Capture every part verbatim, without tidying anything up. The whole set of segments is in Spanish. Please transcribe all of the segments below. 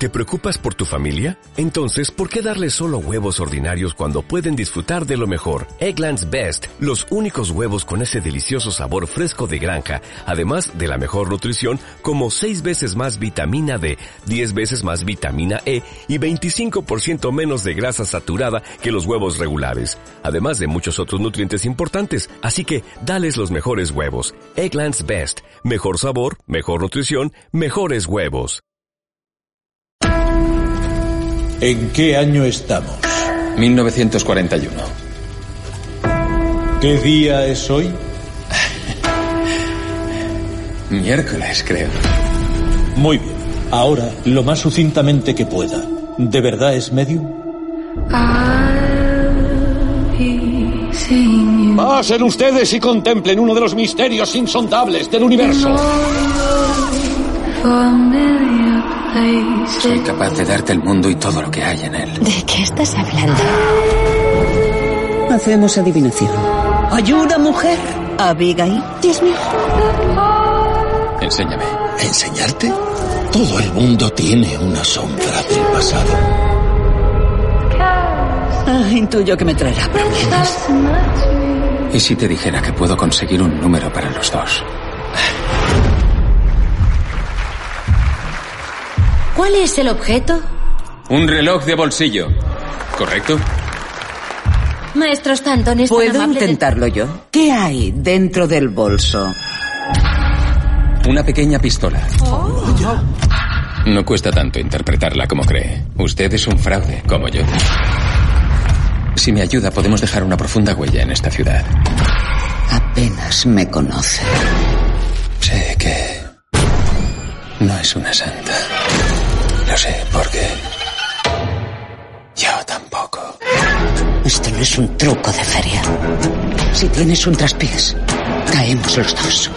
¿Te preocupas por tu familia? Entonces, ¿por qué darles solo huevos ordinarios cuando pueden disfrutar de lo mejor? Eggland's Best, los únicos huevos con ese delicioso sabor fresco de granja, además de la mejor nutrición, como seis veces más vitamina D, diez veces más vitamina E y veinticinco por ciento menos de grasa saturada que los huevos regulares, además de muchos otros nutrientes importantes. Así que, dales los mejores huevos. Eggland's Best, mejor sabor, mejor nutrición, mejores huevos. ¿En qué año estamos? mil novecientos cuarenta y uno. ¿Qué día es hoy? Miércoles, creo. Muy bien. Ahora, lo más sucintamente que pueda. ¿De verdad es medium? Pasen ustedes y contemplen uno de los misterios insondables del universo. Soy capaz de darte el mundo y todo lo que hay en él. ¿De qué estás hablando? Hacemos adivinación. ¿Hay una mujer? Abigail. Dios mío. Enséñame. ¿Enseñarte? Todo el mundo tiene una sombra del pasado. Ah, intuyo que me traerá problemas. ¿Y si te dijera que puedo conseguir un número para los dos? ¿Cuál es el objeto? Un reloj de bolsillo, ¿correcto? Maestro Stanton, ¿es tan ¿Puedo amable de- intentarlo yo? ¿Qué hay dentro del bolso? Una pequeña pistola. Oh. No cuesta tanto interpretarla como cree. Usted es un fraude, como yo. Si me ayuda, podemos dejar una profunda huella en esta ciudad. Apenas me conoce. Sé que no es una santa. Lo sé, porque yo tampoco. Esto no es un truco de feria. Si tienes un traspiés, caemos los dos.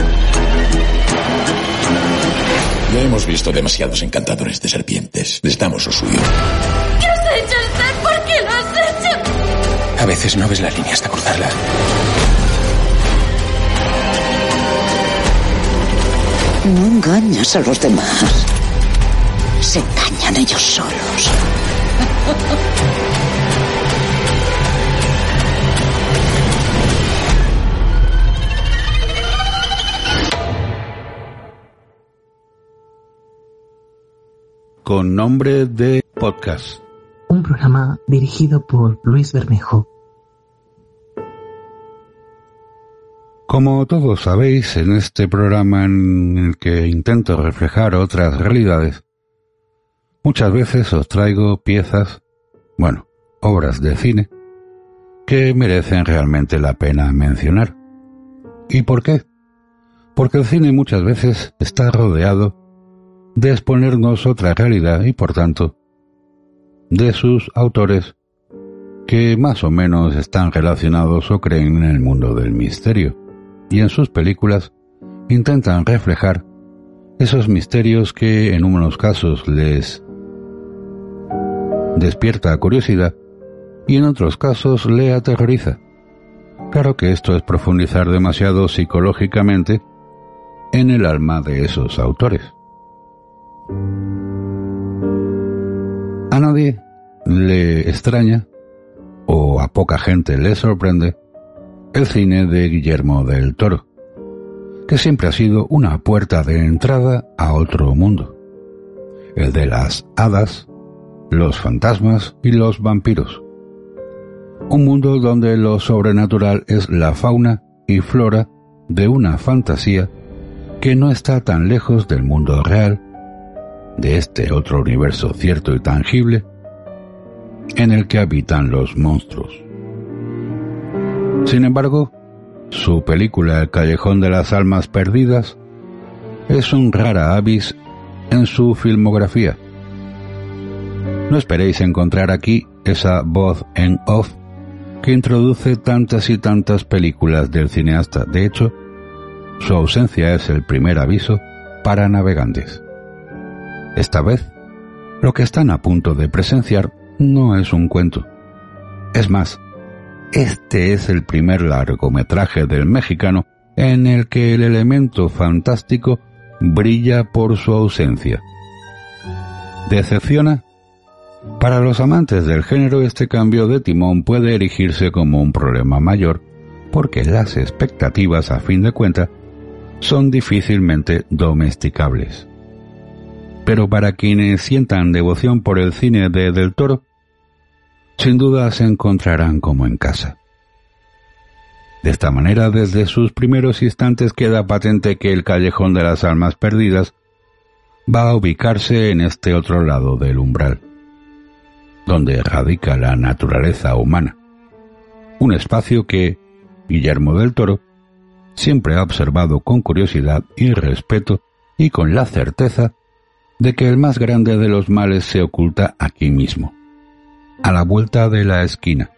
Ya hemos visto demasiados encantadores de serpientes. Les damos lo suyo. ¿Qué has hecho, Stan? ¿Por qué lo has hecho? A veces no ves la línea hasta cruzarla. No engañas a los demás. Se engañan ellos solos. Con nombre de podcast. Un programa dirigido por Luis Bermejo. Como todos sabéis, en este programa en el que intento reflejar otras realidades, muchas veces os traigo piezas, bueno, obras de cine, que merecen realmente la pena mencionar. ¿Y por qué? Porque el cine muchas veces está rodeado de exponernos otra realidad y, por tanto, de sus autores que más o menos están relacionados o creen en el mundo del misterio, y en sus películas intentan reflejar esos misterios que en unos casos les despierta curiosidad y en otros casos le aterroriza. Claro que esto es profundizar demasiado psicológicamente en el alma de esos autores. A nadie le extraña, o a poca gente le sorprende, el cine de Guillermo del Toro, que siempre ha sido una puerta de entrada a otro mundo, el de las hadas, los fantasmas y los vampiros. Un mundo donde lo sobrenatural es la fauna y flora de una fantasía que no está tan lejos del mundo real, de este otro universo cierto y tangible, en el que habitan los monstruos. Sin embargo, su película El Callejón de las Almas Perdidas es un rara avis en su filmografía. No esperéis encontrar aquí esa voz en off que introduce tantas y tantas películas del cineasta. De hecho, su ausencia es el primer aviso para navegantes. Esta vez, lo que están a punto de presenciar no es un cuento. Es más, este es el primer largometraje del mexicano en el que el elemento fantástico brilla por su ausencia. ¿Decepciona? Para los amantes del género, este cambio de timón puede erigirse como un problema mayor, porque las expectativas, a fin de cuentas, son difícilmente domesticables. Pero para quienes sientan devoción por el cine de Del Toro, sin duda se encontrarán como en casa. De esta manera, desde sus primeros instantes queda patente que el Callejón de las Almas Perdidas va a ubicarse en este otro lado del umbral, donde radica la naturaleza humana, un espacio que Guillermo del Toro siempre ha observado con curiosidad y respeto y con la certeza de que el más grande de los males se oculta aquí mismo, a la vuelta de la esquina.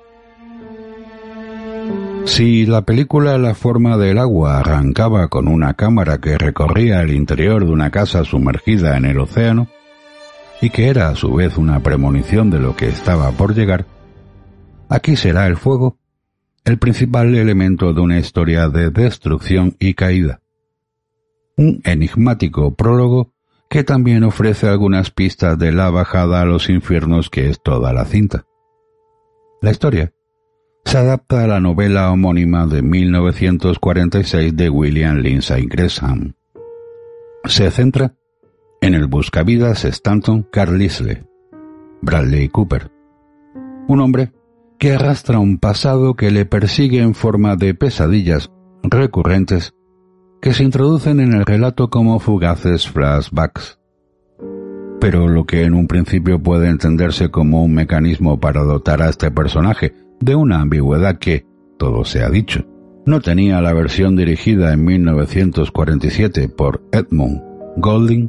Si la película La forma del agua arrancaba con una cámara que recorría el interior de una casa sumergida en el océano, y que era a su vez una premonición de lo que estaba por llegar, aquí será el fuego el principal elemento de una historia de destrucción y caída. Un enigmático prólogo que también ofrece algunas pistas de la bajada a los infiernos que es toda la cinta. La historia se adapta a la novela homónima de mil novecientos cuarenta y seis de William Lindsay Gresham. Se centra en el buscavidas Stanton Carlisle, Bradley Cooper, un hombre que arrastra un pasado que le persigue en forma de pesadillas recurrentes que se introducen en el relato como fugaces flashbacks. Pero lo que en un principio puede entenderse como un mecanismo para dotar a este personaje de una ambigüedad que, todo se ha dicho, no tenía la versión dirigida en mil novecientos cuarenta y siete por Edmund Goulding,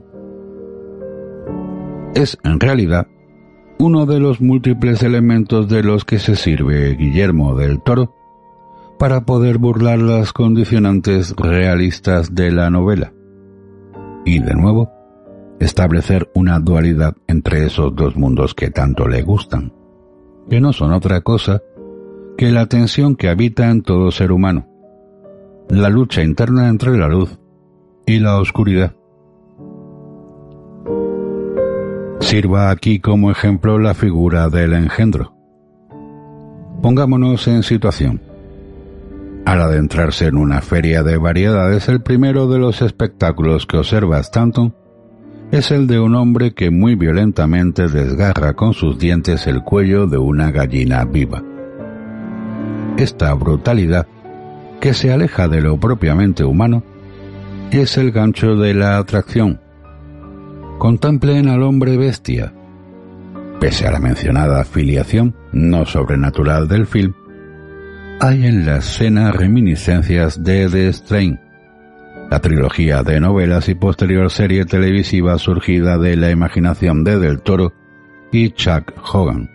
es en realidad uno de los múltiples elementos de los que se sirve Guillermo del Toro para poder burlar las condicionantes realistas de la novela y, de nuevo, establecer una dualidad entre esos dos mundos que tanto le gustan, que no son otra cosa que la tensión que habita en todo ser humano, la lucha interna entre la luz y la oscuridad. Sirva aquí como ejemplo la figura del engendro. Pongámonos en situación. Al adentrarse en una feria de variedades, el primero de los espectáculos que observa Stanton es el de un hombre que muy violentamente desgarra con sus dientes el cuello de una gallina viva. Esta brutalidad, que se aleja de lo propiamente humano, es el gancho de la atracción. Contemplen al hombre bestia. Pese a la mencionada filiación no sobrenatural del film, hay en la escena reminiscencias de The Strain, la trilogía de novelas y posterior serie televisiva surgida de la imaginación de Del Toro y Chuck Hogan,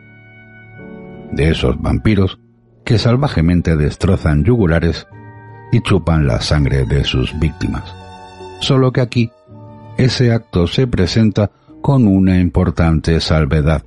de esos vampiros que salvajemente destrozan yugulares y chupan la sangre de sus víctimas. Solo que aquí ese acto se presenta con una importante salvedad: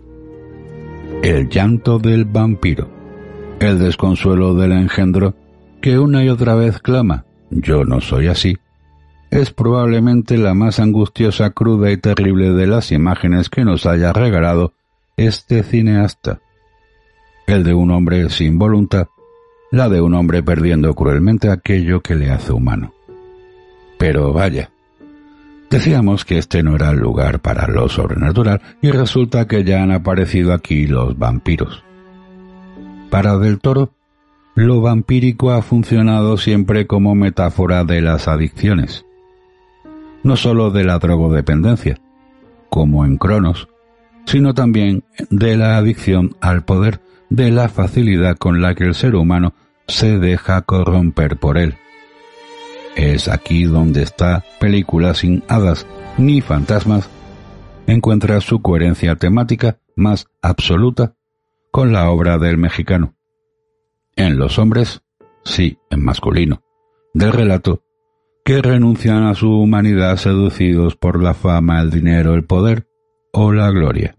el llanto del vampiro, el desconsuelo del engendro que una y otra vez clama «yo no soy así», es probablemente la más angustiosa, cruda y terrible de las imágenes que nos haya regalado este cineasta. El de un hombre sin voluntad, la de un hombre perdiendo cruelmente aquello que le hace humano. Pero vaya, decíamos que este no era el lugar para lo sobrenatural y resulta que ya han aparecido aquí los vampiros. Para Del Toro, lo vampírico ha funcionado siempre como metáfora de las adicciones, no sólo de la drogodependencia, como en Cronos, sino también de la adicción al poder, de la facilidad con la que el ser humano se deja corromper por él. Es aquí donde esta película sin hadas ni fantasmas encuentra su coherencia temática más absoluta con la obra del mexicano. En los hombres, sí, en masculino, del relato, que renuncian a su humanidad seducidos por la fama, el dinero, el poder o la gloria.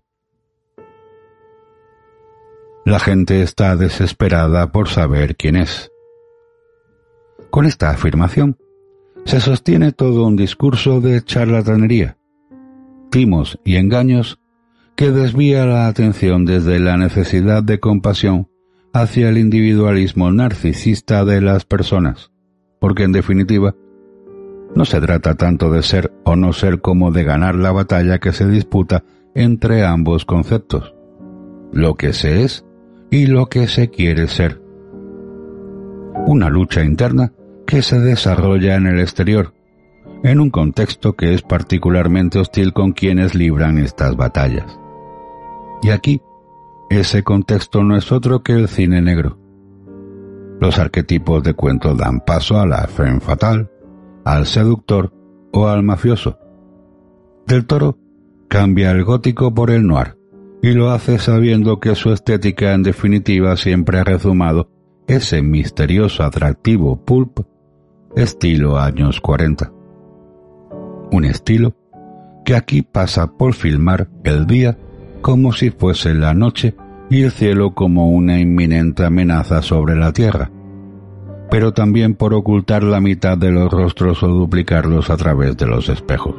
La gente está desesperada por saber quién es. Con esta afirmación se sostiene todo un discurso de charlatanería, timos y engaños que desvía la atención desde la necesidad de compasión hacia el individualismo narcisista de las personas, porque en definitiva no se trata tanto de ser o no ser como de ganar la batalla que se disputa entre ambos conceptos, lo que se es y lo que se quiere ser. Una lucha interna que se desarrolla en el exterior, en un contexto que es particularmente hostil con quienes libran estas batallas. Y aquí, ese contexto no es otro que el cine negro. Los arquetipos de cuento dan paso a la femme fatale, al seductor o al mafioso. Del Toro cambia el gótico por el noir, y lo hace sabiendo que su estética en definitiva siempre ha rezumado ese misterioso atractivo pulp estilo años cuarenta. Un estilo que aquí pasa por filmar el día como si fuese la noche y el cielo como una inminente amenaza sobre la tierra, pero también por ocultar la mitad de los rostros o duplicarlos a través de los espejos.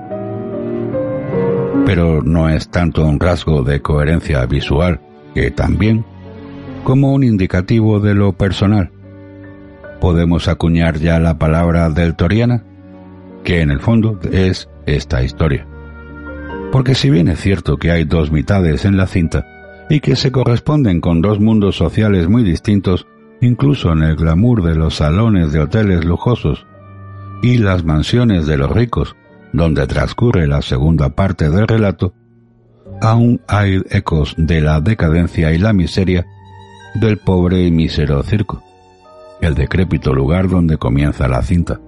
Pero no es tanto un rasgo de coherencia visual, que también, como un indicativo de lo personal. Podemos acuñar ya la palabra deltoriana, que en el fondo es esta historia. Porque si bien es cierto que hay dos mitades en la cinta, y que se corresponden con dos mundos sociales muy distintos, incluso en el glamour de los salones de hoteles lujosos y las mansiones de los ricos, donde transcurre la segunda parte del relato, aún hay ecos de la decadencia y la miseria del pobre y mísero circo, el decrépito lugar donde comienza la cinta.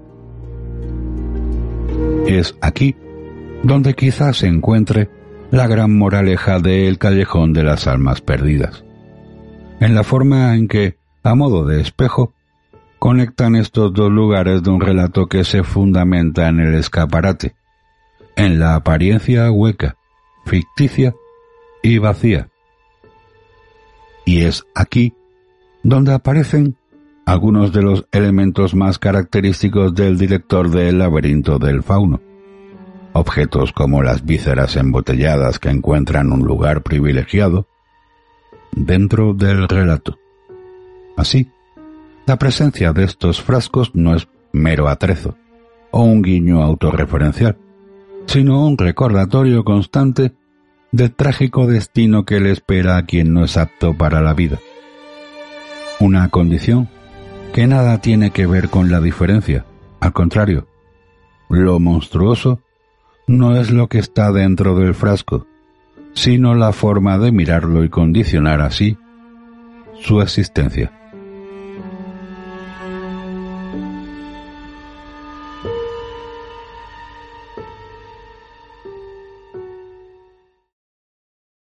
Es aquí donde quizás se encuentre la gran moraleja de El callejón de las almas perdidas, en la forma en que, a modo de espejo, conectan estos dos lugares de un relato que se fundamenta en el escaparate, en la apariencia hueca, ficticia y vacía. Y es aquí donde aparecen algunos de los elementos más característicos del director de El laberinto del fauno. Objetos como las vísceras embotelladas que encuentran un lugar privilegiado dentro del relato. Así, la presencia de estos frascos no es mero atrezo o un guiño autorreferencial, sino un recordatorio constante del trágico destino que le espera a quien no es apto para la vida. Una condición que nada tiene que ver con la diferencia, al contrario, lo monstruoso no es lo que está dentro del frasco, sino la forma de mirarlo y condicionar así su existencia.